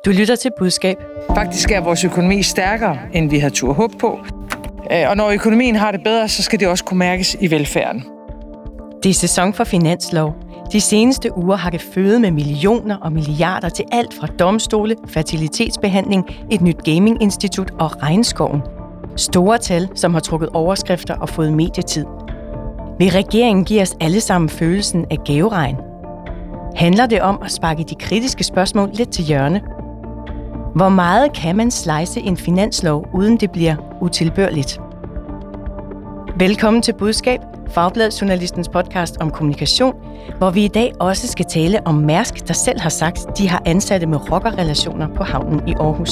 Du lytter til Budskab. Faktisk er vores økonomi stærkere, end vi havde tur håb på. Og når økonomien har det bedre, så skal det også kunne mærkes i velfærden. Det er sæson for finanslov. De seneste uger har det fødet med millioner og milliarder til alt fra domstole, fertilitetsbehandling, et nyt gaminginstitut og regnskoven. Store tal, som har trukket overskrifter og fået medietid. Vil regeringen give os alle sammen følelsen af gaveregn? Handler det om at sparke de kritiske spørgsmål lidt til hjørne? Hvor meget kan man slice en finanslov, uden det bliver utilbørligt? Velkommen til Budskab, Fagbladet-journalistens podcast om kommunikation, hvor vi i dag også skal tale om Mærsk, der selv har sagt, de har ansatte med rockerrelationer på havnen i Aarhus.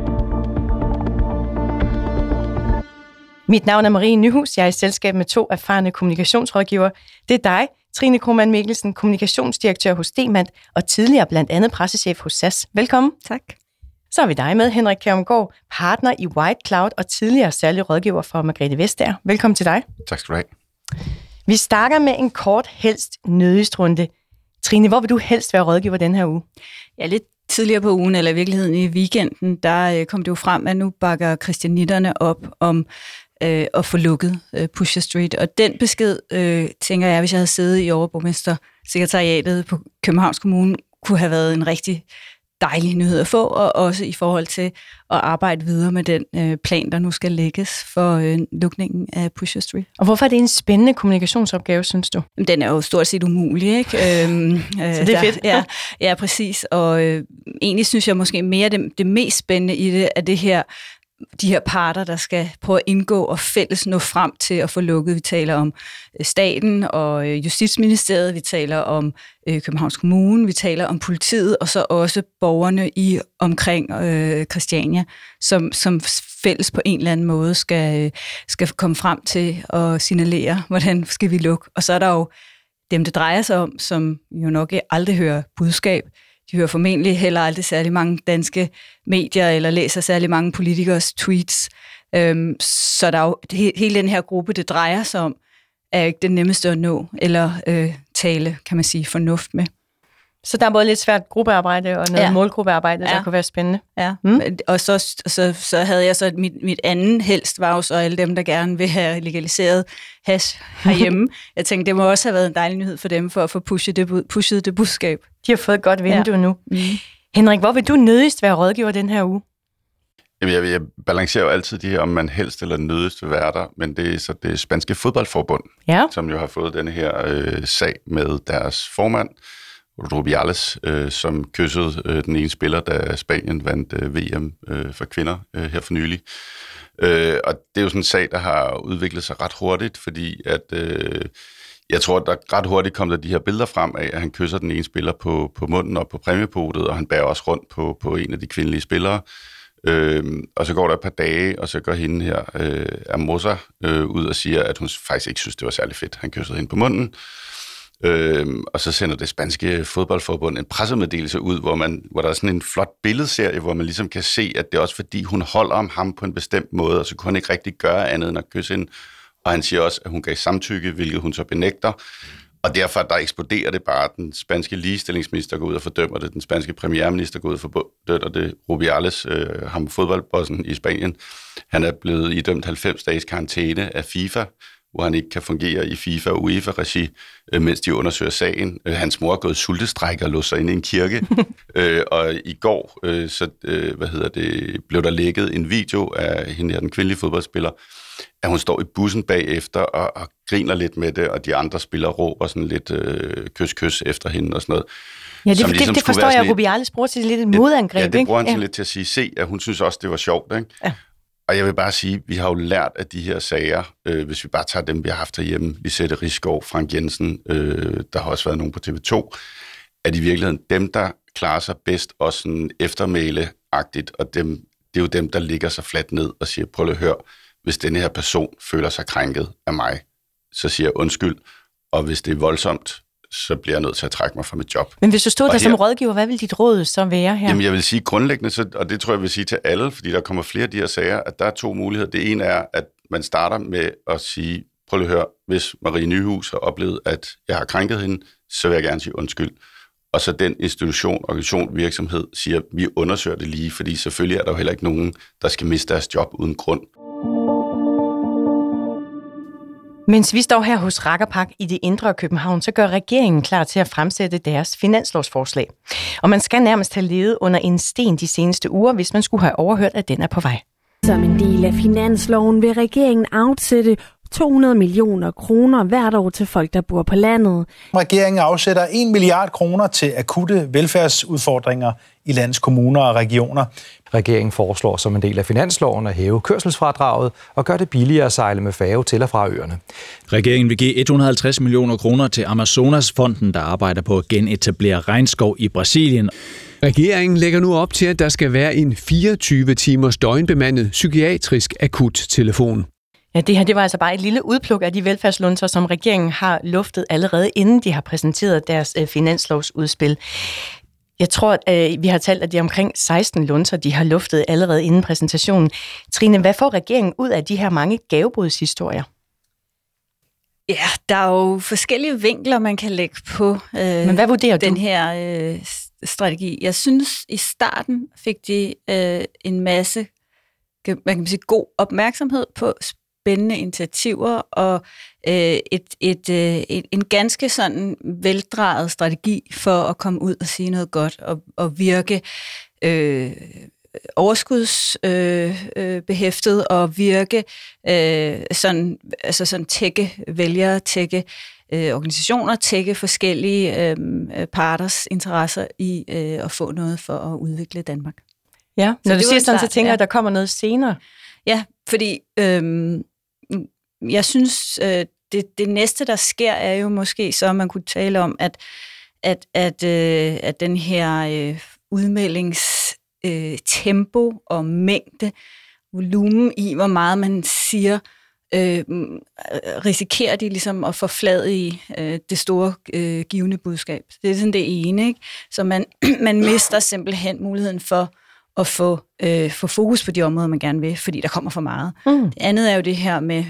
Mit navn er Marie Nyhus. Jeg er i selskab med 2 erfarne kommunikationsrådgivere. Det er dig, Trine Krohmann Mikkelsen, kommunikationsdirektør hos Demant og tidligere blandt andet pressechef hos SAS. Velkommen. Tak. Så er vi dig med, Henrik Kjærumgaard, partner i White Cloud og tidligere særlig rådgiver for Margrethe Vestager. Velkommen til dig. Tak skal du have. Vi starter med en kort, helst nødigst runde. Trine, hvor vil du helst være rådgiver den her uge? Ja, lidt tidligere på ugen, eller i virkeligheden i weekenden, der kom det jo frem, at nu bakker christianitterne op om at få lukket Pusher Street. Og den besked, tænker jeg, hvis jeg havde siddet i overborgmestersekretariatet på Københavns Kommune, kunne have været en rigtig dejlig nyhed at få, og også i forhold til at arbejde videre med den plan, der nu skal lægges for lukningen af Pusher Street. Og hvorfor er det en spændende kommunikationsopgave, synes du? Den er jo stort set umulig, ikke? Så det er fedt. Ja, præcis. Og egentlig synes jeg måske mere, det mest spændende i det er det her, de her parter, der skal prøve at indgå og fælles nå frem til at få lukket. Vi taler om staten og Justitsministeriet, vi taler om Københavns Kommune, vi taler om politiet, og så også borgerne i omkring Christiania, som fælles på en eller anden måde skal komme frem til at signalere, hvordan skal vi lukke. Og så er der jo dem, det drejer sig om, som jo nok aldrig hører budskab. De hører formentlig heller aldrig særlig mange danske medier, eller læser særlig mange politikers tweets. Så der er jo hele den her gruppe, det drejer sig om, er ikke det nemmeste at nå, eller tale, kan man sige, fornuft med. Så der er både lidt svært gruppearbejde og noget målgruppearbejde, der kunne være spændende. Ja, og så havde jeg så, mit anden helst var jo så alle dem, der gerne vil have legaliseret hash herhjemme. Jeg tænkte, det må også have været en dejlig nyhed for dem, for at få pushet det budskab. De har fået et godt vindue nu. Henrik, hvor vil du nødigst være rådgiver den her uge? Jamen, jeg balancerer jo altid de her, om man helst eller nødigst vil være der, men det er så det spanske fodboldforbund, som jo har fået denne her sag med deres formand, Rubiales, som kyssede den ene spiller, da Spanien vandt VM for kvinder her for nylig. Og det er jo sådan en sag, der har udviklet sig ret hurtigt, fordi at jeg tror, at der ret hurtigt kom der de her billeder frem af, at han kysser den ene spiller på munden og på præmiepotet, og han bærer også rundt på en af de kvindelige spillere. Og så går der et par dage, og så går hende her, Hermosa, ud og siger, at hun faktisk ikke synes, det var særlig fedt. Han kyssede hende på munden. Og så sender det spanske fodboldforbund en pressemeddelelse ud, hvor der er sådan en flot billedserie, hvor man ligesom kan se, at det er også fordi, hun holder om ham på en bestemt måde, og så kunne han ikke rigtig gøre andet end at kysse hende. Og han siger også, at hun gav samtykke, hvilket hun så benægter. Og derfor, der eksploderer det bare. Den spanske ligestillingsminister går ud og fordømmer det. Den spanske premierminister går ud og fordømmer det. Rubiales, ham fodboldbossen i Spanien, han er blevet idømt 90 dages karantæne af FIFA, hvor han ikke kan fungere i FIFA og UEFA-regi, mens de undersøger sagen. Hans mor er gået sultestræk og låst sig inde i en kirke. Og i går blev der lækket en video af hende her, den kvindelige fodboldspiller, at hun står i bussen bagefter og griner lidt med det, og de andre spillere råber sådan lidt kys efter hende og sådan noget. Ja, det forstår jeg, at Rubiales bruger til lidt et modangreb. Ja, det bruger han til lidt til at sige, at hun synes også, det var sjovt, ikke? Ja. Og jeg vil bare sige, at vi har jo lært af de her sager, hvis vi bare tager dem, vi har haft herhjemme, Lisette Risgaard, Frank Jensen, der har også været nogen på TV2, at i virkeligheden dem, der klarer sig bedst, også sådan eftermæle-agtigt, og det er jo dem, der ligger sig fladt ned og siger, prøv at høre, hvis denne her person føler sig krænket af mig, så siger jeg undskyld, og hvis det er voldsomt, så bliver jeg nødt til at trække mig fra mit job. Men hvis du stod der som rådgiver, hvad vil dit råd så være her? Jamen, jeg vil sige grundlæggende, og det tror jeg vil sige til alle, fordi der kommer flere af de her sager, at der er 2 muligheder. Det ene er, at man starter med at sige, prøv at høre, hvis Marie Nyhus har oplevet, at jeg har krænket hende, så vil jeg gerne sige undskyld. og så den institution, organisation, virksomhed siger, vi undersøger det lige, fordi selvfølgelig er der jo heller ikke nogen, der skal miste deres job uden grund. Mens vi står her hos Rakkerpark i det indre København, så gør regeringen klar til at fremsætte deres finanslovsforslag. Og man skal nærmest have levet under en sten de seneste uger, hvis man skulle have overhørt, at den er på vej. Som en del af finansloven vil regeringen afsætte 200 millioner kroner hvert år til folk, der bor på landet. Regeringen afsætter 1 milliard kroner til akutte velfærdsudfordringer i landets kommuner og regioner. Regeringen foreslår som en del af finansloven at hæve kørselsfradraget og gøre det billigere at sejle med færge til og fra øerne. Regeringen vil give 150 millioner kroner til Amazonas-fonden, der arbejder på at genetablere regnskov i Brasilien. Regeringen lægger nu op til, at der skal være en 24-timers døgnbemandet psykiatrisk akuttelefon. Ja, det var altså bare et lille udpluk af de velfærdslunser, som regeringen har luftet allerede, inden de har præsenteret deres finanslovsudspil. Jeg tror, at vi har talt, at det er omkring 16 lunser, de har luftet allerede inden præsentationen. Trine, hvad får regeringen ud af de her mange gavebodshistorier? Ja, der er jo forskellige vinkler, man kan lægge på Men hvad vurderer den du? her strategi. Jeg synes, i starten fik de en masse, man kan sige, god opmærksomhed på spændende initiativer og en ganske sådan veldrejet strategi for at komme ud og sige noget godt og virke overskudsbehæftet og virke sådan tække vælgere, tække organisationer, tække forskellige parters interesser i at få noget for at udvikle Danmark. Ja, når du siger sådan, så tænker jeg, at der kommer noget senere. Ja, fordi jeg synes, det næste, der sker, er jo måske så, man kunne tale om, at den her udmeldingstempo og mængde, volumen i, hvor meget man siger, risikerer de ligesom at forflade i det store givende budskab. Det er sådan det ene, ikke? Så man mister simpelthen muligheden for at få fokus på de områder, man gerne vil, fordi der kommer for meget. Det andet er jo det her med,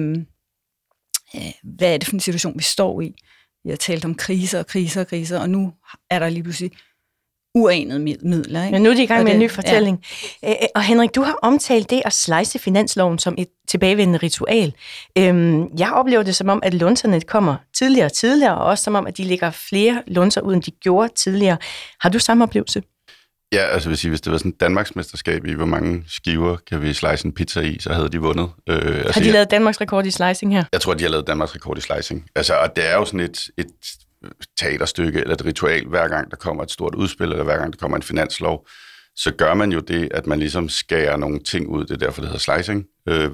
hvad er det for en situation, vi står i? Vi har talt om kriser, og nu er der lige pludselig uanede midler. Ikke? Ja, nu er de i gang med en ny fortælling. Ja. Og Henrik, du har omtalt det at slice finansloven som et tilbagevendende ritual. Jeg oplever det som om, at lunserne kommer tidligere, og også som om, at de lægger flere lunser ud, end de gjorde tidligere. Har du samme oplevelse? Ja, altså hvis det var sådan et Danmarksmesterskab i, hvor mange skiver kan vi slice en pizza i, så havde de vundet. Har de lavet Danmarks rekord i slicing her? Jeg tror, de har lavet Danmarks rekord i slicing. Altså, og det er jo sådan et teaterstykke eller et ritual, hver gang der kommer et stort udspil, eller hver gang der kommer en finanslov, så gør man jo det, at man ligesom skærer nogle ting ud. Det er derfor, det hedder slicing.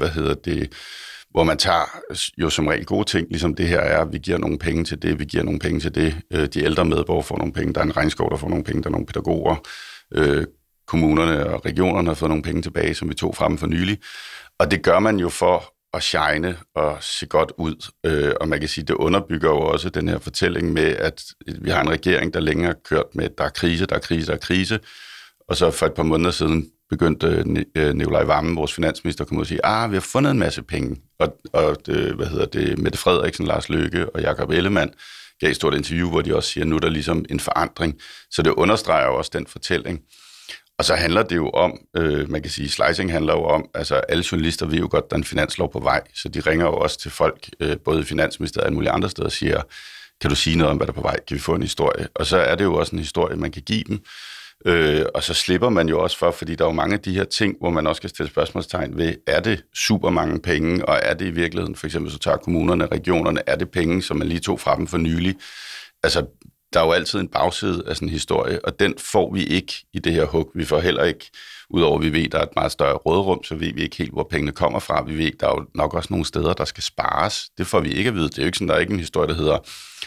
Hvor man tager jo som regel gode ting, ligesom det her er, vi giver nogle penge til det, vi giver nogle penge til det. De ældre medborgere får nogle penge, der er en regnskov, der får nogle penge, der er nogle pædagoger. Kommunerne og regionerne har fået nogle penge tilbage, som vi tog frem for nylig. Og det gør man jo for at shine og se godt ud. Og man kan sige, det underbygger jo også den her fortælling med, at vi har en regering, der længe har kørt med, at der er krise. Og så for et par måneder siden begyndte Nicolai Wammen, vores finansminister, komme ud og sige, vi har fundet en masse penge. Og Mette Frederiksen, Lars Løkke og Jakob Ellemann gav et stort interview, hvor de også siger, at nu er der ligesom en forandring. Så det understreger jo også den fortælling. Og så handler det jo om, man kan sige, slicing handler jo om, altså alle journalister ved jo godt, at der er en finanslov på vej, så de ringer jo også til folk, både i Finansministeriet og alle mulige andre steder, og siger, kan du sige noget om, hvad der er på vej? Kan vi få en historie? Og så er det jo også en historie, man kan give dem. Og så slipper man jo også for, fordi der er jo mange af de her ting, hvor man også kan stille spørgsmålstegn ved, er det super mange penge, og er det i virkeligheden, for eksempel så tager kommunerne og regionerne, er det penge, som man lige tog fra dem for nylig? Altså, der er jo altid en bagside af sådan en historie, og den får vi ikke i det her hug. Vi får heller ikke, udover at vi ved, at der er et meget større råderum, så ved vi ikke helt, hvor pengene kommer fra. Vi ved, at der er jo nok også nogle steder, der skal spares. Det får vi ikke at vide. Det er jo ikke sådan, der er ikke en historie, der hedder,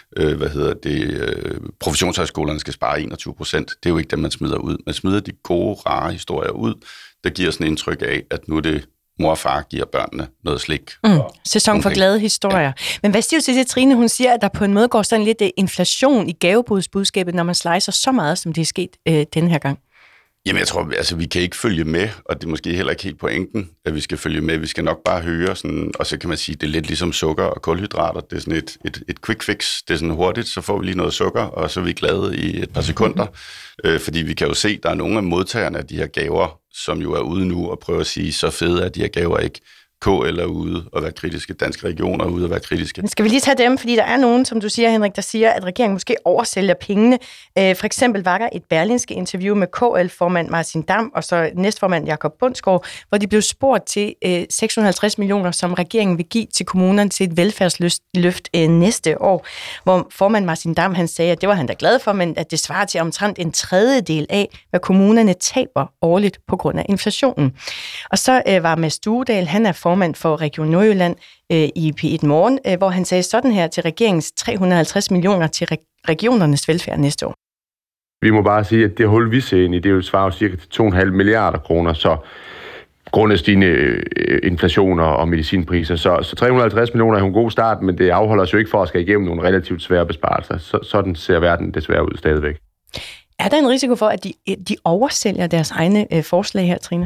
professionshøjskolerne skal spare 21%. Det er jo ikke det, man smider ud. Man smider de gode, rare historier ud, der giver sådan et indtryk af, at nu er det mor og far giver børnene noget slik. Sæson for glade historier. Ja. Men hvad siger du til det, Trine? Hun siger, at der på en måde går sådan lidt inflation i gavebodsbudskabet, når man slicer så meget, som det er sket den her gang. Jamen, jeg tror, altså, vi kan ikke følge med, og det er måske heller ikke helt pointen, at vi skal følge med. Vi skal nok bare høre, sådan, og så kan man sige, det er lidt ligesom sukker og kulhydrater. Det er sådan et quick fix. Det er sådan hurtigt, så får vi lige noget sukker, og så er vi glade i et par sekunder. Fordi vi kan jo se, at der er nogle af modtagerne af de her gaver, som jo er ude nu og prøver at sige, så fede er de her gaver ikke. KL er ude og være kritiske, danske regioner er ude og være kritiske. Men skal vi lige tage dem, fordi der er nogen, som du siger, Henrik, der siger, at regeringen måske oversælger pengene. For eksempel var der et Berlingske interview med KL-formand Martin Damm og så næstformand Jakob Bundsgaard, hvor de blev spurgt til 650 millioner, som regeringen vil give til kommunerne til et velfærdsløft næste år. Hvor formand Martin Damm, han sagde, at det var han da glad for, men at det svarer til omtrent en tredjedel af, hvad kommunerne taber årligt på grund af inflationen. Og så var Mads Duedal, han er formand for Region Nordjylland i P1 Morgen, hvor han sagde sådan her til regeringens 350 millioner til regionernes velfærd næste år. Vi må bare sige, at det hul, vi ser ind i, det er jo svarer cirka til 2,5 milliarder kroner, så grundet stigende inflationer og medicinpriser. Så 350 millioner er en god start, men det afholder os jo ikke for at skal igennem nogle relativt svære besparelser. Sådan ser verden desværre ud stadigvæk. Er der en risiko for, at de oversælger deres egne forslag her, Trine?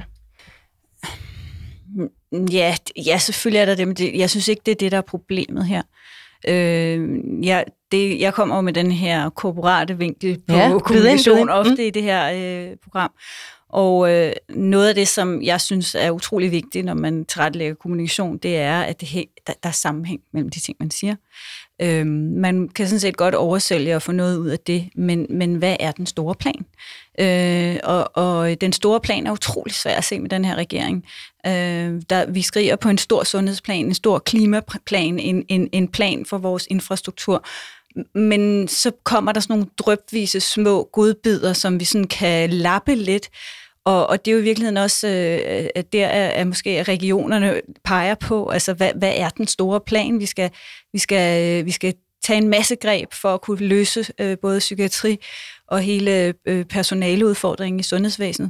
Ja, selvfølgelig er der det, men jeg synes ikke, det er det, der er problemet her. Jeg kommer med den her korporate vinkel på kommunikation ofte i det her program. Og noget af det, som jeg synes er utrolig vigtigt, når man tilrettelægger kommunikation, det er, at der er sammenhæng mellem de ting, man siger. Man kan sådan set godt oversælge og få noget ud af det, men hvad er den store plan? Og den store plan er utrolig svær at se med den her regering. Vi skriger på en stor sundhedsplan, en stor klimaplan, en plan for vores infrastruktur. Men så kommer der sådan nogle drypvise små godbidder, som vi sådan kan lappe lidt. Og det er jo i virkeligheden også, at der er måske regionerne peger på, altså hvad er den store plan? Vi skal tage en masse greb for at kunne løse både psykiatri og hele personaleudfordringen i sundhedsvæsenet.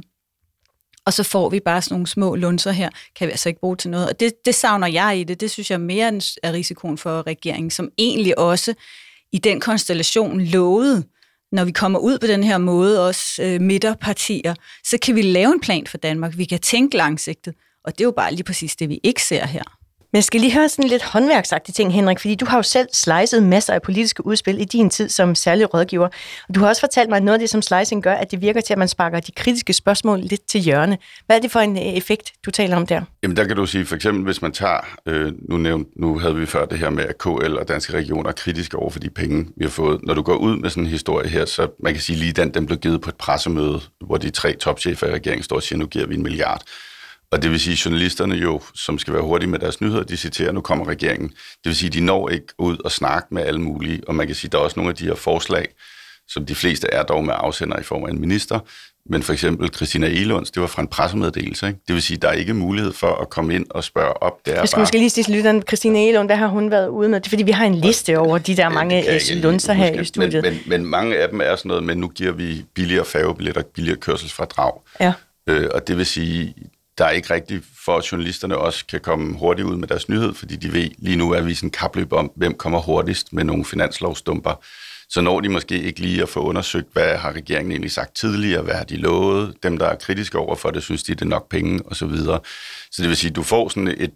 Og så får vi bare sådan nogle små lunser her, kan vi altså ikke bruge til noget. Og det savner jeg i det. Det synes jeg mere er risikoen for regeringen, som egentlig også i den konstellation lovede, når vi kommer ud på den her måde, også midterpartier, så kan vi lave en plan for Danmark. Vi kan tænke langsigtet, og det er jo bare lige præcis det, vi ikke ser her. Men jeg skal lige høre sådan lidt håndværksagtige ting, Henrik, fordi du har jo selv slicet masser af politiske udspil i din tid som særlig rådgiver. Og du har også fortalt mig, at noget af det, som slicing gør, at det virker til, at man sparker de kritiske spørgsmål lidt til hjørne. Hvad er det for en effekt, du taler om der? Jamen der kan du sige, for eksempel hvis man tager, nu havde vi før det her med, at KL og danske regioner er kritiske over for de penge, vi har fået. Når du går ud med sådan en historie her, så man kan sige lige den blev givet på et pressemøde, hvor de 3 topchefer i regeringen står og siger, nu giver vi 1 milliard. Og det vil sige, at journalisterne jo, som skal være hurtige med deres nyheder, de citerer, nu kommer regeringen. Det vil sige, at de når ikke ud og snakke med alle mulige. Og man kan sige, at der er også nogle af de her forslag, som de fleste er dog med afsender i form af en minister. Men for eksempel Christina Egelunds, det var fra en pressemeddelelse. Ikke? Det vil sige, at der er ikke mulighed for at komme ind og spørge op. Jeg skal måske lige sige til lytteren, Christina Egelund, hvad har hun været ude med? Det er fordi, vi har en liste over de der mange lunser her i studiet. Men mange af dem er sådan noget, men nu giver vi billigere færgebilletter, billigere kørselsfradrag. Ja. Og det vil sige, der er ikke rigtigt for, at journalisterne også kan komme hurtigt ud med deres nyhed, fordi de ved, lige nu er vi sådan en kapløb om, hvem kommer hurtigst med nogle finanslovstumper. Så når de måske ikke lige at få undersøgt, hvad har regeringen egentlig sagt tidligere, hvad har de lovet, dem der er kritiske over for det, synes de, det er nok penge, og så videre. Så det vil sige, du får sådan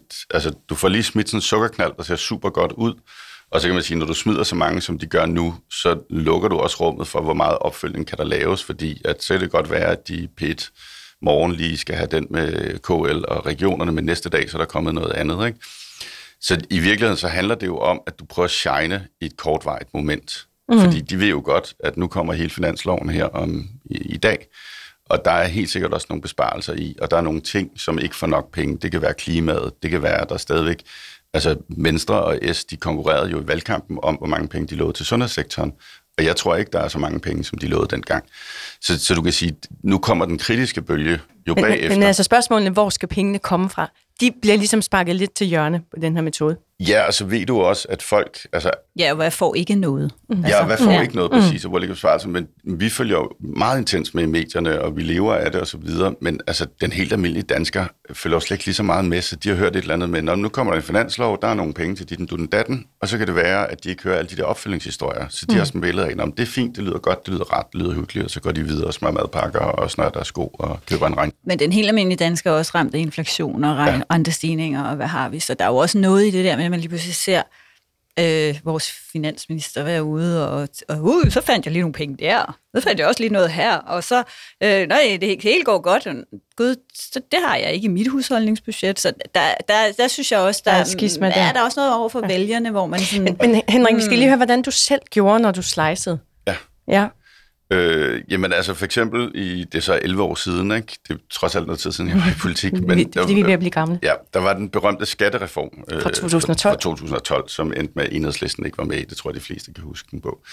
du får lige smidt sådan en sukkerknald, der ser super godt ud, og så kan man sige, når du smider så mange, som de gør nu, så lukker du også rummet for, hvor meget opfølgning kan der laves, fordi at så kan det godt være, at de P1 morgen lige skal have den med KL og regionerne, men næste dag, så er der kommet noget andet, ikke? Så i virkeligheden, så handler det jo om, at du prøver at shine i et kortvarigt moment. Fordi de ved jo godt, at nu kommer hele finansloven her i dag, og der er helt sikkert også nogle besparelser i, og der er nogle ting, som ikke får nok penge. Det kan være klimaet, det kan være, at der stadigvæk, altså Venstre og S, de konkurrerede jo i valgkampen om, hvor mange penge de lovede til sundhedssektoren. Og jeg tror ikke, der er så mange penge, som de lovede dengang. Så du kan sige, nu kommer den kritiske bølge jo bagefter. Men altså spørgsmålene, hvor skal pengene komme fra? De bliver ligesom sparket lidt til hjørne på den her metode. Ja, og så ved du også, at folk... Altså, ja, hvad får ikke noget? Ja, hvad får ikke noget præcis, og hvor ligger besvarelsen? Men vi følger jo meget intens med i medierne, og vi lever af det og så videre, men altså, den helt almindelige dansker følger jo slet ikke lige så meget med, så de har hørt et eller andet med, nu kommer der en finanslov, der er nogle penge til dit, den datten, og så kan det være, at de ikke hører alle de der opfølgningshistorier, så de har sådan billeder af, om det er fint, det lyder godt, det lyder ret, det lyder hyggeligt, og så går de videre og smører madpakker og snører deres sko og køber en regn. Men den helt almindelige dansker er også ramt af inflation og andre stigninger, og hvad har vi? Så der er jo også noget i det der med, at man lige pludselig ser vores finansminister være ude, og så fandt jeg lige nogle penge der. Så fandt jeg også lige noget her, og så, det hele går godt. Gud, så det har jeg ikke i mit husholdningsbudget, så der synes jeg også, der er også noget over for vælgerne, hvor man sådan... Men Henrik, vi skal lige høre, hvordan du selv gjorde, når du slicede. Ja. Jamen altså for eksempel, det er så 11 år siden, ikke? Det er trods alt noget tid siden, jeg var i politik. Men det er vi ved at blive gamle. Ja, der var den berømte skattereform fra 2012. Fra 2012, som endte med, at Enhedslisten ikke var med i. Det tror jeg, de fleste kan huske den på.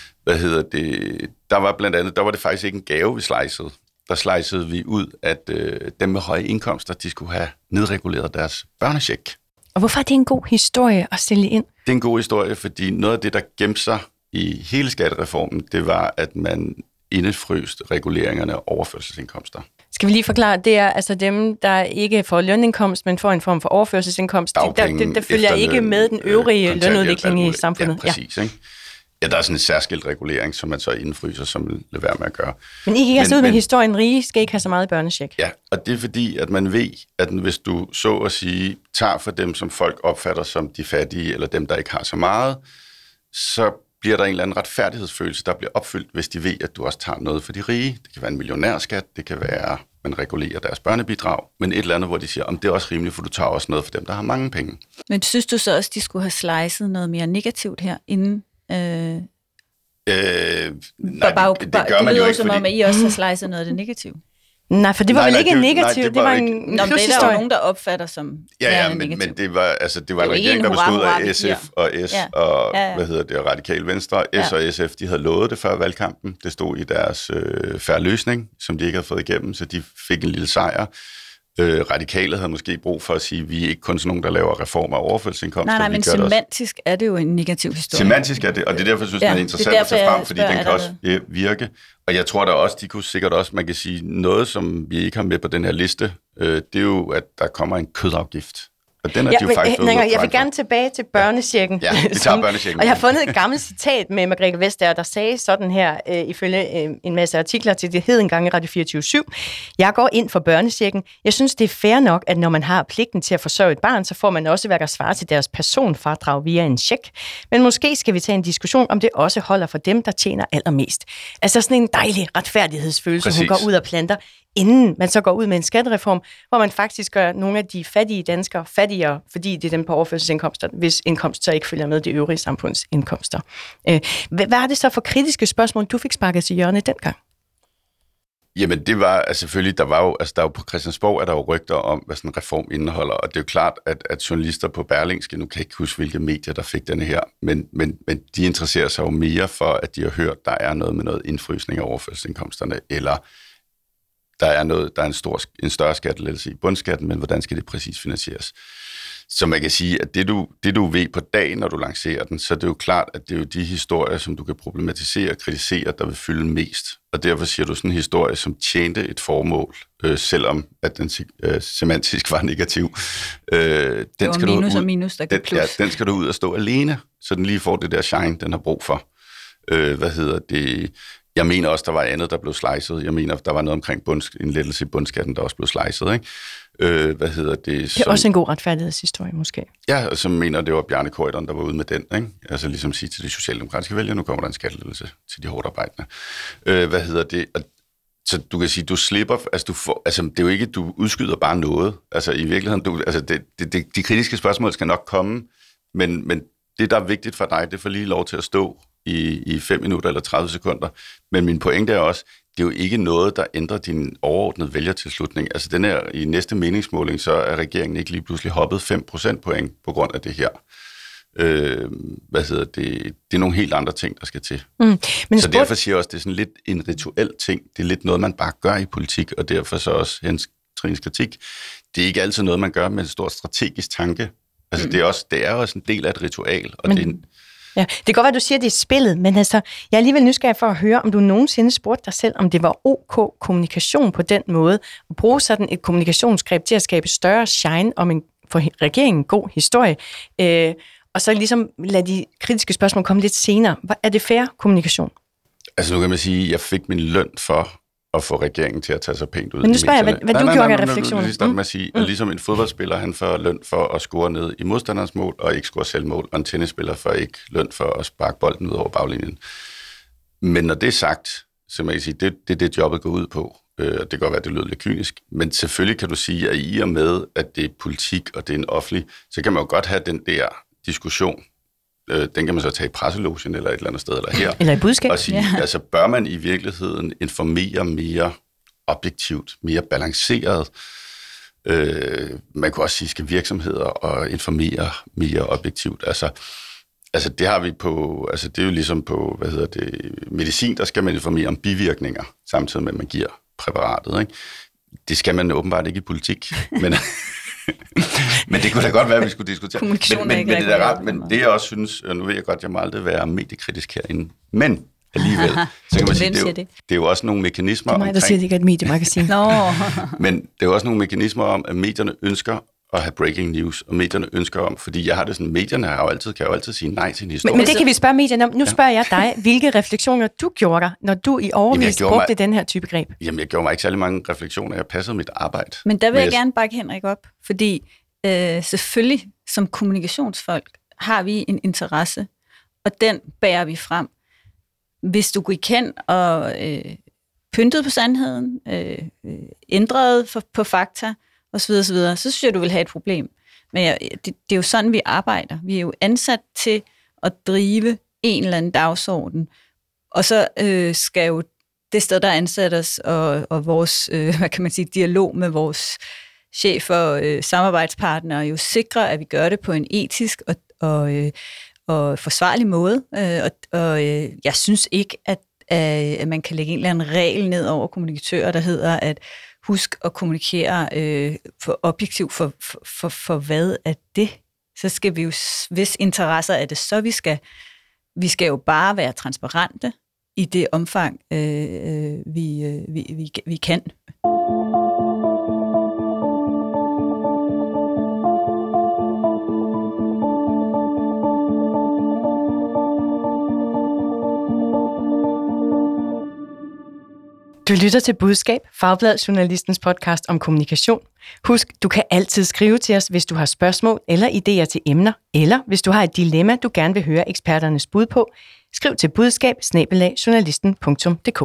Der var blandt andet, der var det faktisk ikke en gave, vi slicede. Der slicede vi ud, at dem med høje indkomster, de skulle have nedreguleret deres børnecheck. Og hvorfor er det en god historie at stille ind? Det er en god historie, fordi noget af det, der gemte sig i hele skattereformen, det var, at man indefrøste reguleringerne af overførselsindkomster. Skal vi lige forklare, det er altså dem, der ikke får lønindkomst, men får en form for overførselsindkomst. Der følger ikke med den øvrige lønudvikling i samfundet. Ja, præcis. Ikke? Ja, der er sådan en særskilt regulering, som man så indefryser, som vil lade være med at gøre. Men I gik altså ud med historien, rige skal ikke have så meget børnecheck. Ja, og det er fordi, at man ved, at hvis du så at sige, tager for dem, som folk opfatter som de fattige, eller dem, der ikke har så meget, så bliver der en eller anden retfærdighedsfølelse, der bliver opfyldt, hvis de ved, at du også tager noget for de rige. Det kan være en millionærskat, det kan være, man regulerer deres børnebidrag, men et eller andet, hvor de siger, om det er også rimeligt, for du tager også noget for dem, der har mange penge. Men synes du så også, de skulle have slicet noget mere negativt her, inden... Nej, det gør man jo ikke, som om, at I også har slicet noget af det negative. Nej, for det var vel ikke en negativ, det var en plushistorie. Det er der jo nogen, der opfatter som men det var en regering, der bestod af SF og S og Radikale Venstre. S og SF, de havde lovet det før valgkampen. Det stod i deres fair løsning, som de ikke havde fået igennem, så de fik en lille sejr. Radikale havde måske brug for at sige, at vi er ikke kun sådan nogen, der laver reformer af overførselsindkomster. Nej, men semantisk er det jo en negativ historie. Semantisk er det, og det er derfor, jeg synes, det er interessant at tage frem, fordi den kan også virke. Og jeg tror da også, de kunne sikkert også, man kan sige, noget, som vi ikke har med på den her liste, det er jo, at der kommer en kødafgift. Og den er de jo faktisk jeg vil gerne tilbage til børnechecken. Ja, vi tager børnechecken. Og jeg har fundet et gammelt citat med Margrethe Vestager, der sagde sådan her, ifølge en masse artikler til det hed engang i Radio 24/7. Jeg går ind for børnechecken. Jeg synes, det er fair nok, at når man har pligten til at forsørge et barn, så får man også hvad der svarer til deres personfradrag via en check. Men måske skal vi tage en diskussion, om det også holder for dem, der tjener allermest. Altså sådan en dejlig retfærdighedsfølelse, hun går ud og planter, inden man så går ud med en skattereform, hvor man faktisk gør nogle af de fattige danskere fattigere, fordi det er dem på overførselsindkomster, hvis indkomst så ikke følger med de øvrige samfundsindkomster. Hvad er det så for kritiske spørgsmål, du fik sparket til hjørne dengang? Jamen det var selvfølgelig, der er jo på Christiansborg er der jo rygter om, hvad sådan en reform indeholder, og det er jo klart, at journalister på Berlingske, nu kan jeg ikke huske, hvilke medier, der fik denne her, men de interesserer sig jo mere for, at de har hørt, der er noget med noget indfrysning af overførselsindkomsterne, eller der er en større skattelettelse i bundskatten, men hvordan skal det præcis finansieres? Så man kan sige, at det du ved på dagen, når du lancerer den, så er det jo klart, at det er jo de historier, som du kan problematisere og kritisere, der vil fylde mest. Og derfor siger du sådan en historie, som tjente et formål, selvom at den semantisk var negativ. Den skal minus og minus, der kan plus. Ja, den skal du ud og stå alene, så den lige får det der shine, den har brug for. Jeg mener også, der var andet, der blev slicet. Jeg mener, der var noget omkring en lettelse i bundskatten, der også blev slicet, ikke? Det er også en god retfærdighedshistorie, måske. Ja, og så mener det var Bjarne Corydon, der var ude med den, ikke? Altså ligesom sige til de socialdemokratiske vælgere, nu kommer der en skattelettelse til de hårdt arbejdende. Så du kan sige, du slipper, det er jo ikke, du udskyder bare noget. Altså i virkeligheden, de kritiske spørgsmål skal nok komme, men det, der er vigtigt for dig, det får lige lov til at stå i 5 minutter eller 30 sekunder. Men min pointe er også, det er jo ikke noget, der ændrer din overordnede vælgertilslutning. Altså den her, i næste meningsmåling, så er regeringen ikke lige pludselig hoppet 5 procentpoint på grund af det her. Det er nogle helt andre ting, der skal til. Så derfor siger jeg også, det er sådan lidt en rituel ting. Det er lidt noget, man bare gør i politik, og derfor så også Trines kritik. Det er ikke altid noget, man gør med en stor strategisk tanke. Altså, det er også en del af et ritual, og men, det er en... Ja, det kan godt være, du siger, det er spillet, men altså, jeg er alligevel nysgerrig for at høre, om du nogensinde spurgte dig selv, om det var OK kommunikation på den måde, at bruge sådan et kommunikationsgreb til at skabe større shine om en for regeringen god historie, og så ligesom lade de kritiske spørgsmål komme lidt senere. Er det fair kommunikation? Altså, nu kan man sige, at jeg fik min løn for at få regeringen til at tage sig pænt ud. Men nu spørger jeg, hvad du gjorde af refleksioner. Jeg vil starte med at sige, at ligesom en fodboldspiller, han får løn for at score ned i modstanderens mål, og ikke score selvmål, og en tennisspiller får ikke løn for at sparke bolden ud over baglinjen. Men når det er sagt, så man kan sige, det er det, jobbet går ud på. Det kan godt være, det lyder lidt kynisk, men selvfølgelig kan du sige, at i og med, at det er politik, og det er en offentlig, så kan man jo godt have den der diskussion. Den kan man så tage i presselogen eller et eller andet sted, eller her. Eller i budskab. Og sige, altså bør man i virkeligheden informere mere objektivt, mere balanceret. Man kunne også sige, skal virksomheder og informere mere objektivt. Altså det har vi på, altså det er jo ligesom på, medicin, der skal man informere om bivirkninger, samtidig med, at man giver præparatet, ikke? Det skal man åbenbart ikke i politik, men det kunne da godt være, at vi skulle diskutere. Men det er ret, men det jeg også synes, og nu ved jeg godt, jeg må aldrig være mediekritisk herinde, men alligevel, så kan man sige, det er jo også nogle mekanismer omkring... Det er mig, der siger, det ikke er et mediemagasin. Men det er jo også nogle mekanismer om, at medierne ønsker at have breaking news, og medierne ønsker om, fordi jeg har det sådan, medierne kan jo altid sige nej til en historie. Men det kan vi spørge medierne om. Nu spørger jeg dig, hvilke refleksioner du gjorde dig, når du i overvis brugte den her type greb? Jamen, jeg gjorde mig ikke særlig mange refleksioner. Jeg passede mit arbejde. Men der vil jeg gerne bakke Henrik op, fordi selvfølgelig som kommunikationsfolk har vi en interesse, og den bærer vi frem. Hvis du går kendt og pyntede på sandheden, ændrede på fakta, og så videre, så synes jeg, du vil have et problem. Men det er jo sådan, vi arbejder. Vi er jo ansat til at drive en eller anden dagsorden, og så skal jo det sted, der ansat os, og vores, hvad kan man sige, dialog med vores chef og samarbejdspartnere, jo sikre, at vi gør det på en etisk og forsvarlig måde. Og jeg synes ikke, at man kan lægge en eller anden regel ned over kommunikatører, der hedder, at husk at kommunikere for objektivt for hvad er det? Så skal vi jo, hvis interesser er det, så vi skal jo bare være transparente i det omfang, vi kan. Du lytter til Budskab, Fagbladet Journalistens podcast om kommunikation. Husk, du kan altid skrive til os, hvis du har spørgsmål eller idéer til emner, eller hvis du har et dilemma, du gerne vil høre eksperternes bud på. Skriv til budskab@journalisten.dk.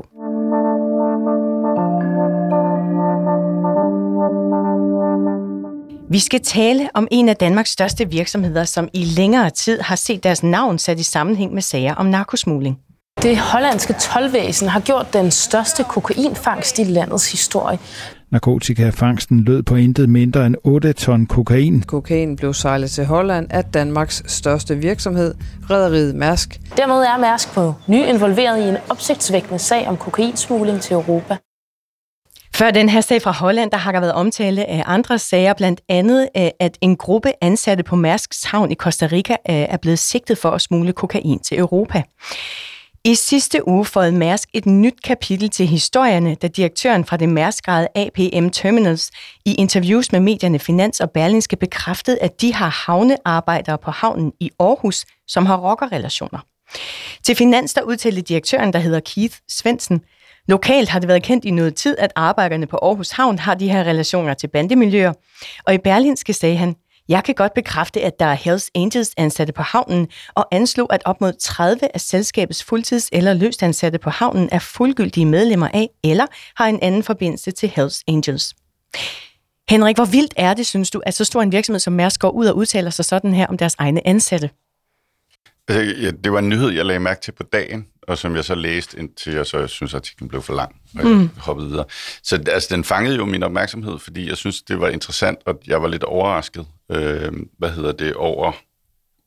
Vi skal tale om en af Danmarks største virksomheder, som i længere tid har set deres navn sat i sammenhæng med sager om narkosmugling. Det hollandske toldvæsen har gjort den største kokainfangst i landets historie. Narkotikafangsten lød på intet mindre end 8 ton kokain. Kokain blev sejlet til Holland af Danmarks største virksomhed, rederiet Mærsk. Dermed er Mærsk på ny involveret i en opsigtsvækkende sag om kokainsmugling til Europa. Før den her sag fra Holland, der har der været omtale af andre sager, blandt andet at en gruppe ansatte på Mærsks havn i Costa Rica er blevet sigtet for at smugle kokain til Europa. I sidste uge fåede Mærsk et nyt kapitel til historierne, da direktøren fra det Mærsk-ejede APM Terminals i interviews med medierne Finans og Berlingske bekræftede, at de har havnearbejdere på havnen i Aarhus, som har rockerrelationer. Til Finans, der udtalte direktøren, der hedder Keith Svendsen: lokalt har det været kendt i noget tid, at arbejderne på Aarhus Havn har de her relationer til bandemiljøer. Og i Berlingske sagde han: jeg kan godt bekræfte, at der er Hells Angels ansatte på havnen, og anslog, at op mod 30 af selskabets fuldtids- eller løstansatte på havnen er fuldgyldige medlemmer af, eller har en anden forbindelse til Hells Angels. Henrik, hvor vildt er det, synes du, at så stor en virksomhed som Mærsk går ud og udtaler sig sådan her om deres egne ansatte? Det var en nyhed, jeg lagde mærke til på dagen, og som jeg så læste, indtil jeg så synes, at artiklen blev for lang, og jeg hoppede videre. Så altså, den fangede jo min opmærksomhed, fordi jeg synes, det var interessant, og jeg var lidt overrasket over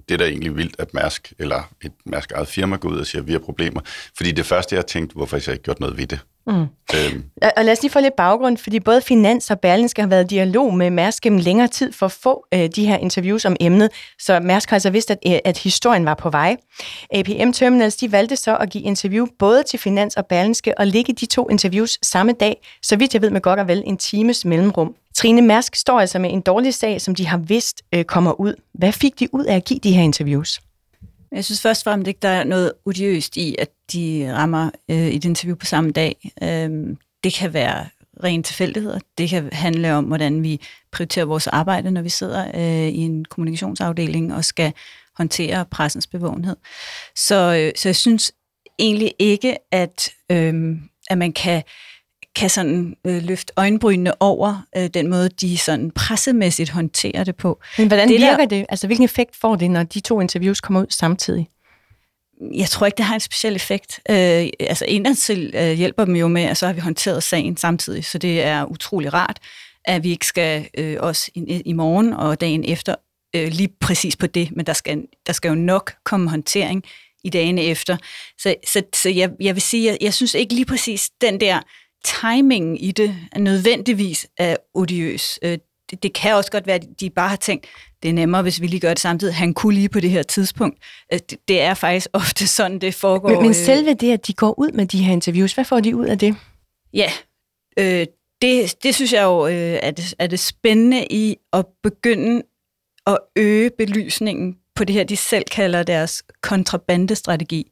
det er da egentlig vildt, at Mærsk, eller et Mærsk-eget firma, går ud og siger, at vi har problemer. Fordi det første, jeg har tænkt, hvorfor har jeg ikke gjort noget ved det? Og lad os lige få lidt baggrund, fordi både Finans og Berlingske har været i dialog med Mærsk gennem længere tid for at få de her interviews om emnet, så Mærsk har altså vidst, at historien var på vej. APM Terminals, de valgte så at give interview både til Finans og Berlingske og lægge de 2 interviews samme dag, så vidt jeg ved med godt og vel en times mellemrum. Trine, Mærsk står altså med en dårlig sag, som de har vidst kommer ud. Hvad fik de ud af at give de her interviews? Jeg synes først og fremmest ikke, der er noget odiøst i, at de rammer et interview på samme dag. Det kan være ren tilfældigheder. Det kan handle om, hvordan vi prioriterer vores arbejde, når vi sidder i en kommunikationsafdeling og skal håndtere pressens bevågenhed. Så jeg synes egentlig ikke, at man kan sådan løfte øjenbrynene over den måde, de sådan pressemæssigt håndterer det på. Men hvordan virker det? Altså, hvilken effekt får det, når de 2 interviews kommer ud samtidig? Jeg tror ikke, det har en speciel effekt. Altså, indadtil hjælper dem jo med, at så har vi håndteret sagen samtidig, så det er utrolig rart, at vi ikke skal også i morgen og dagen efter lige præcis på det, men der skal jo nok komme håndtering i dagene efter. Så jeg vil sige, jeg synes ikke lige præcis den der timingen i det er nødvendigvis odiøs. Det kan også godt være, at de bare har tænkt, det er nemmere, hvis vi lige gør det samtidig. Han kunne lige på det her tidspunkt. Det er faktisk ofte sådan, det foregår. Men selve det, at de går ud med de her interviews, hvad får de ud af det? Ja, det synes jeg jo er det spændende i at begynde at øge belysningen på det her, de selv kalder deres kontrabandestrategi,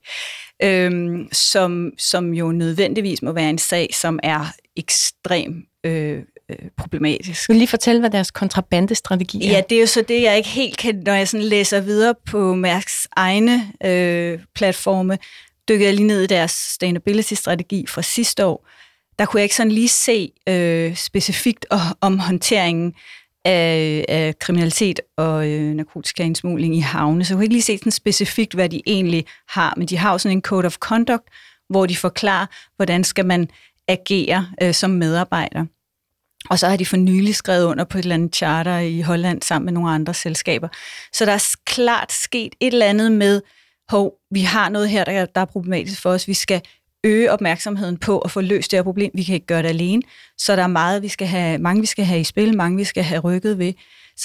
som jo nødvendigvis må være en sag, som er ekstrem problematisk. Skal du lige fortælle, hvad deres kontrabandestrategi er? Ja, det er jo så det, jeg ikke helt kan, når jeg sådan læser videre på Mærsks egne platforme, dykkede jeg lige ned i deres sustainability-strategi fra sidste år. Der kunne jeg ikke sådan lige se specifikt om håndteringen af kriminalitet og narkotikaindsmugling i havne, så jeg kunne ikke lige se sådan specifikt, hvad de egentlig har, men de har jo sådan en code of conduct, hvor de forklarer, hvordan skal man agere som medarbejder. Og så har de for nylig skrevet under på et eller andet charter i Holland sammen med nogle andre selskaber. Så der er klart sket et eller andet med, vi har noget her, der er problematisk for os, vi skal øge opmærksomheden på at få løst det her problem. Vi kan ikke gøre det alene, så der er mange vi skal have i spil, mange vi skal have rykket ved.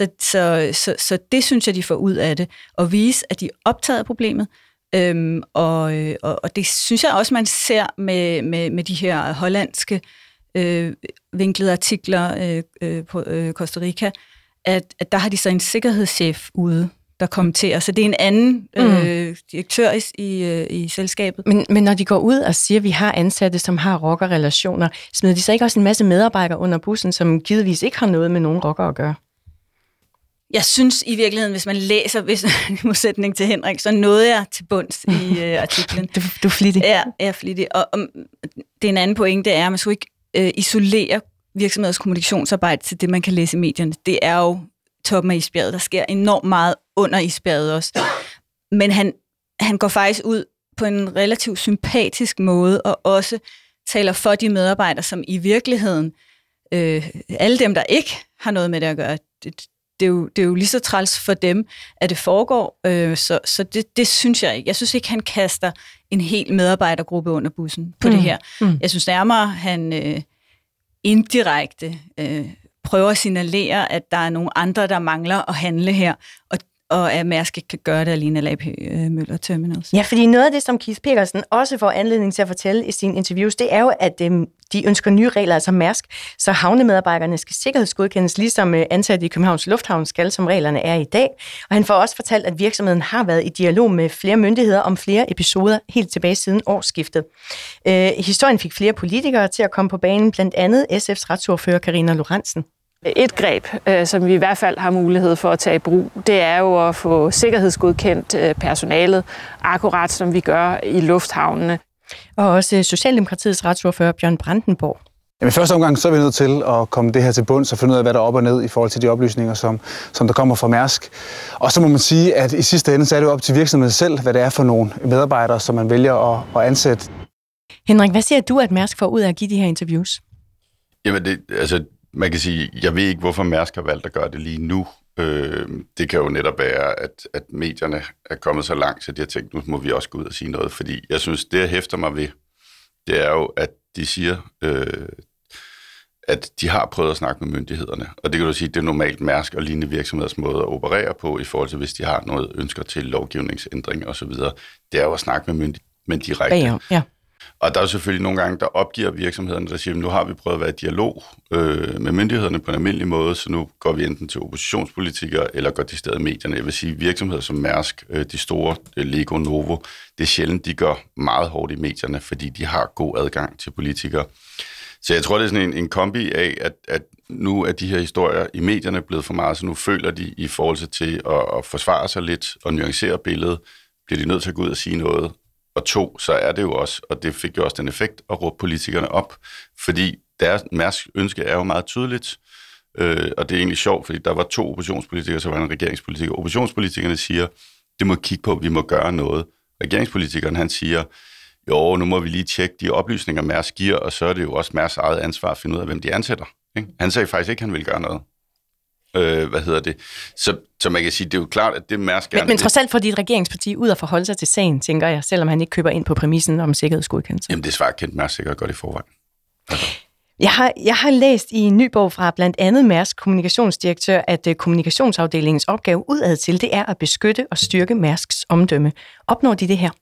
Så det synes jeg, de får ud af det, og vise, at de er optaget af problemet. Og det synes jeg også, man ser med de her hollandske vinklede artikler på Costa Rica, at der har de så en sikkerhedschef ude, der kommenterer. Så det er en anden direktør i selskabet. Men når de går ud og siger, at vi har ansatte, som har rockerrelationer, smider de så ikke også en masse medarbejdere under bussen, som givetvis ikke har noget med nogen rocker at gøre? Jeg synes i virkeligheden, hvis man læser, i modsætning til Henrik, så nåede jeg til bunds i artiklen. Du er flittig. Ja, jeg er flittig. Og det er en anden pointe, det er, at man skal ikke isolere virksomheders kommunikationsarbejde til det, man kan læse i medierne. Det er jo toppen af isbjerget. Der sker enormt meget under isbjerget også. Men han går faktisk ud på en relativt sympatisk måde, og også taler for de medarbejdere, som i virkeligheden, alle dem, der ikke har noget med det at gøre, det er jo lige så træls for dem, at det foregår. Så det synes jeg ikke. Jeg synes ikke, han kaster en hel medarbejdergruppe under bussen på det her. Jeg synes nærmere, han indirekte prøver at signalere, at der er nogle andre, der mangler at handle her, og at Mærsk ikke kan gøre det alene af AP Møller Terminals. Ja, fordi noget af det, som Keith Petersen også får anledning til at fortælle i sine interviews, det er jo, at de ønsker nye regler, altså Mærsk, så havnemedarbejderne skal sikkerhedsgodkendes, ligesom ansatte i Københavns Lufthavn skal, som reglerne er i dag. Og han får også fortalt, at virksomheden har været i dialog med flere myndigheder om flere episoder helt tilbage siden årsskiftet. Historien fik flere politikere til at komme på banen, blandt andet SF's retsordfører Karina Lorentzen. Et greb, som vi i hvert fald har mulighed for at tage i brug, det er jo at få sikkerhedsgodkendt personalet, akkurat som vi gør i lufthavnene. Og også Socialdemokratiets retsordfører Bjørn Brandenborg. I første omgang så er vi nødt til at komme det her til bunds og finde ud af, hvad der er op og ned i forhold til de oplysninger, som der kommer fra Mærsk. Og så må man sige, at i sidste ende så er det jo op til virksomheden selv, hvad det er for nogle medarbejdere, som man vælger at ansætte. Henrik, hvad siger du, at Mærsk får ud af at give de her interviews? Jamen, man kan sige, jeg ved ikke, hvorfor Mærsk har valgt at gøre det lige nu, Det kan jo netop være, at medierne er kommet så langt, så de har tænkt, nu må vi også gå ud og sige noget. Fordi jeg synes, det jeg hæfter mig ved, det er jo, at de siger, at de har prøvet at snakke med myndighederne. Og det kan du sige, det er normalt Mærsk og lignende virksomheders måde at operere på, i forhold til, hvis de har noget ønsker til lovgivningsændring osv. Det er jo at snakke med myndighederne direkte. Bagom, ja. Og der er selvfølgelig nogle gange, der opgiver virksomhederne, der siger, nu har vi prøvet at være i dialog med myndighederne på en almindelig måde, så nu går vi enten til oppositionspolitikere, eller går de steder i medierne. Jeg vil sige, virksomheder som Mærsk, de store, Lego, Novo, det er sjældent, de gør meget hårdt i medierne, fordi de har god adgang til politikere. Så jeg tror, det er sådan en kombi af, at nu er de her historier i medierne blevet for meget, så nu føler de i forhold til at forsvare sig lidt og nuancere billedet, bliver de nødt til at gå ud og sige noget. Og 2, så er det jo også, og det fik jo også den effekt, at råbe politikerne op, fordi deres Mærsk ønske er jo meget tydeligt, og det er egentlig sjovt, fordi der var 2 oppositionspolitikere, så var der en regeringspolitiker. Oppositionspolitikerne siger, det må kigge på, vi må gøre noget. Regeringspolitikeren, han siger, jo, nu må vi lige tjekke de oplysninger, Mærsk giver, og så er det jo også Mærsks eget ansvar at finde ud af, hvem de ansætter. Ikke? Han sagde faktisk ikke, at han ville gøre noget. Så man kan sige, det er jo klart, at det Mærsk gerne... Men trods alt får dit regeringsparti ud at forholde sig til sagen, tænker jeg, selvom han ikke køber ind på præmissen om sikkerhedsgodkendelse. Jamen, det svarer kendt Mærsk sikkert godt i forvejen. Altså. Jeg har læst i en ny bog fra blandt andet Mærsks kommunikationsdirektør, at kommunikationsafdelingens opgave udad til, det er at beskytte og styrke Mærsks omdømme. Opnår de det her?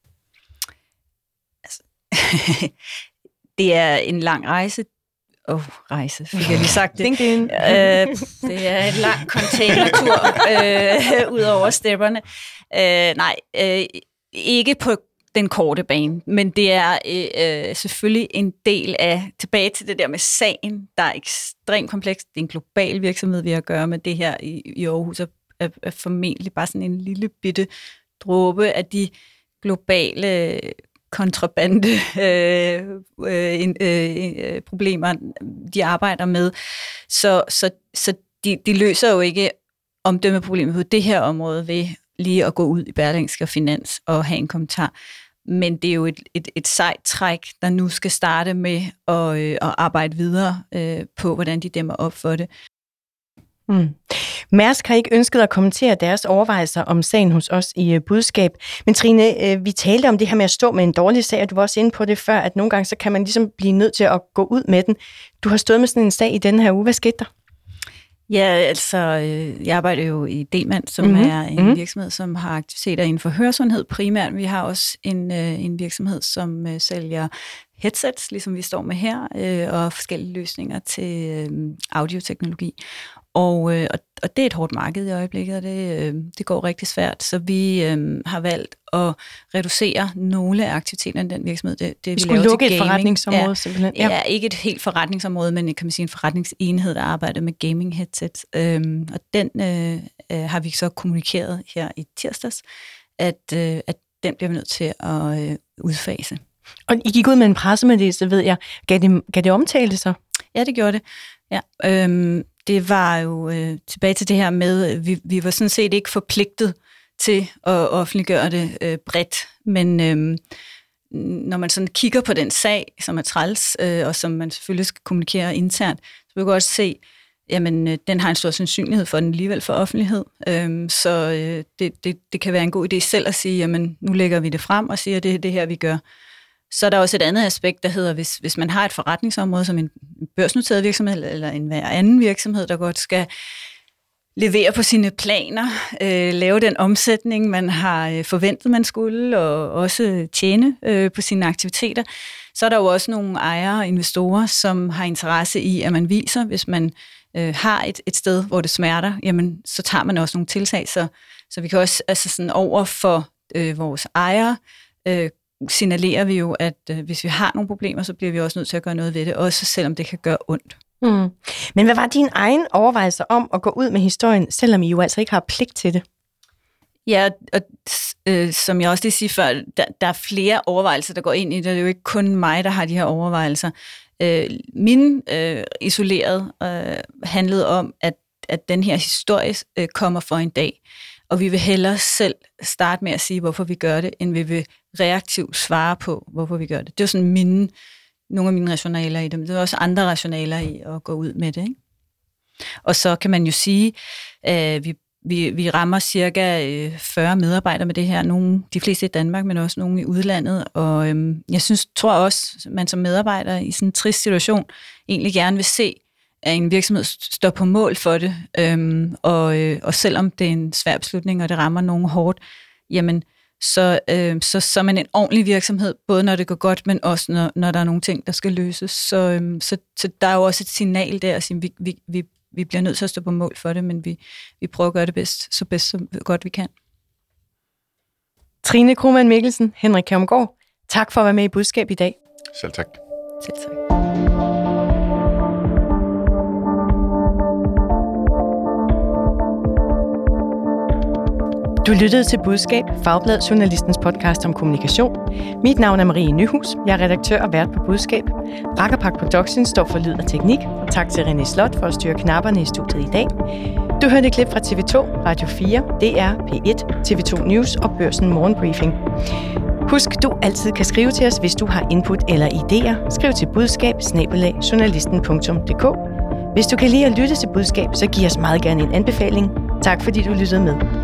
Det er en lang rejse. Rejse, fik jeg lige sagt det. Det er en lang containertur ud over stepperne. Ikke på den korte bane, men det er selvfølgelig en del af, tilbage til det der med sagen, der er ekstremt komplekst. Det er en global virksomhed, vi har at gøre med det her i Aarhus, er formentlig bare sådan en lille bitte dråbe af de globale kontrabande problemer, de arbejder med. Så de løser jo ikke omdømmeproblemet på det her område ved lige at gå ud i Berlingske og Finans og have en kommentar. Men det er jo et sejt træk, der nu skal starte med at arbejde videre på, hvordan de dæmmer op for det. Mærsk har ikke ønsket at kommentere deres overvejelser om sagen hos os i budskab. Men Trine, vi talte om det her med at stå med en dårlig sag, og du var også inde på det før, at nogle gange så kan man ligesom blive nødt til at gå ud med den. Du har stået med sådan en sag i denne her uge. Hvad skete der? Ja, altså, jeg arbejder jo i Demant, som er en virksomhed, som har aktiviteter inden for høresundhed primært. Vi har også en virksomhed, som sælger headsets, ligesom vi står med her, og forskellige løsninger til audioteknologi. Og det er et hårdt marked i øjeblikket, og det går rigtig svært. Så vi har valgt at reducere nogle af aktiviteterne i den virksomhed. Det vi skulle lukke et forretningsområde simpelthen? Ja, ikke et helt forretningsområde, men kan man sige en forretningsenhed, der arbejder med gaming headsets. Og den har vi så kommunikeret her i tirsdags, at den bliver vi nødt til at udfase. Og I gik ud med en pressemeddelelse, ved jeg. Gav det omtale så? Ja, det gjorde det. Ja. Det var jo tilbage til det her med, vi var sådan set ikke forpligtet til at offentliggøre det bredt, men når man sådan kigger på den sag, som er træls, og som man selvfølgelig skal kommunikere internt, så vil vi godt se, jamen den har en stor sandsynlighed for den alligevel for offentlighed, så det kan være en god idé selv at sige, jamen nu lægger vi det frem og siger, det er det her, vi gør. Så er der også et andet aspekt, der hedder, hvis man har et forretningsområde som en børsnoteret virksomhed eller en hver anden virksomhed, der godt skal levere på sine planer, lave den omsætning, man har forventet, man skulle, og også tjene på sine aktiviteter, så er der jo også nogle ejere og investorer, som har interesse i, at man viser, hvis man har et sted, hvor det smerter, jamen så tager man også nogle tiltag, så vi kan også altså sådan over for vores ejere signalerer vi jo, at hvis vi har nogle problemer, så bliver vi også nødt til at gøre noget ved det, også selvom det kan gøre ondt. Men hvad var din egen overvejelse om at gå ud med historien, selvom I jo altså ikke har pligt til det? Ja, og som jeg også lige siger før, der er flere overvejelser, der går ind i det. Det er jo ikke kun mig, der har de her overvejelser. Min isoleret handlede om, at den her historie kommer for en dag. Og vi vil hellere selv starte med at sige, hvorfor vi gør det, end vi vil reaktivt svare på, hvorfor vi gør det. Det er sådan nogle af mine rationaler i det, men det er også andre rationaler i at gå ud med det, ikke? Og så kan man jo sige, at vi rammer cirka 40 medarbejdere med det her. De fleste i Danmark, men også nogle i udlandet. Og jeg tror også, at man som medarbejder i sådan en trist situation egentlig gerne vil se, at en virksomhed står på mål for det. Og selvom det er en svær beslutning, og det rammer nogen hårdt, jamen så er man en ordentlig virksomhed, både når det går godt, men også når der er nogle ting, der skal løses. Så der er jo også et signal der, at sige, vi bliver nødt til at stå på mål for det, men vi prøver at gøre det så godt vi kan. Trine Kromann Mikkelsen, Henrik Kjermgaard, tak for at være med i Budskab i dag. Selv tak. Selv tak. Du lyttede til Budskab, Fagbladet Journalistens podcast om kommunikation. Mit navn er Marie Nyhus. Jeg er redaktør og vært på Budskab. Rakkerpak Productions står for lyd og teknik. Og tak til René Slot for at styre knapperne i studiet i dag. Du hørte et klip fra TV2, Radio 4, DR, P1, TV2 News og Børsen Morgenbriefing. Husk, du altid kan skrive til os, hvis du har input eller idéer. Skriv til budskab@journalisten.dk. Hvis du kan lide at lytte til Budskab, så giv os meget gerne en anbefaling. Tak fordi du lyttede med.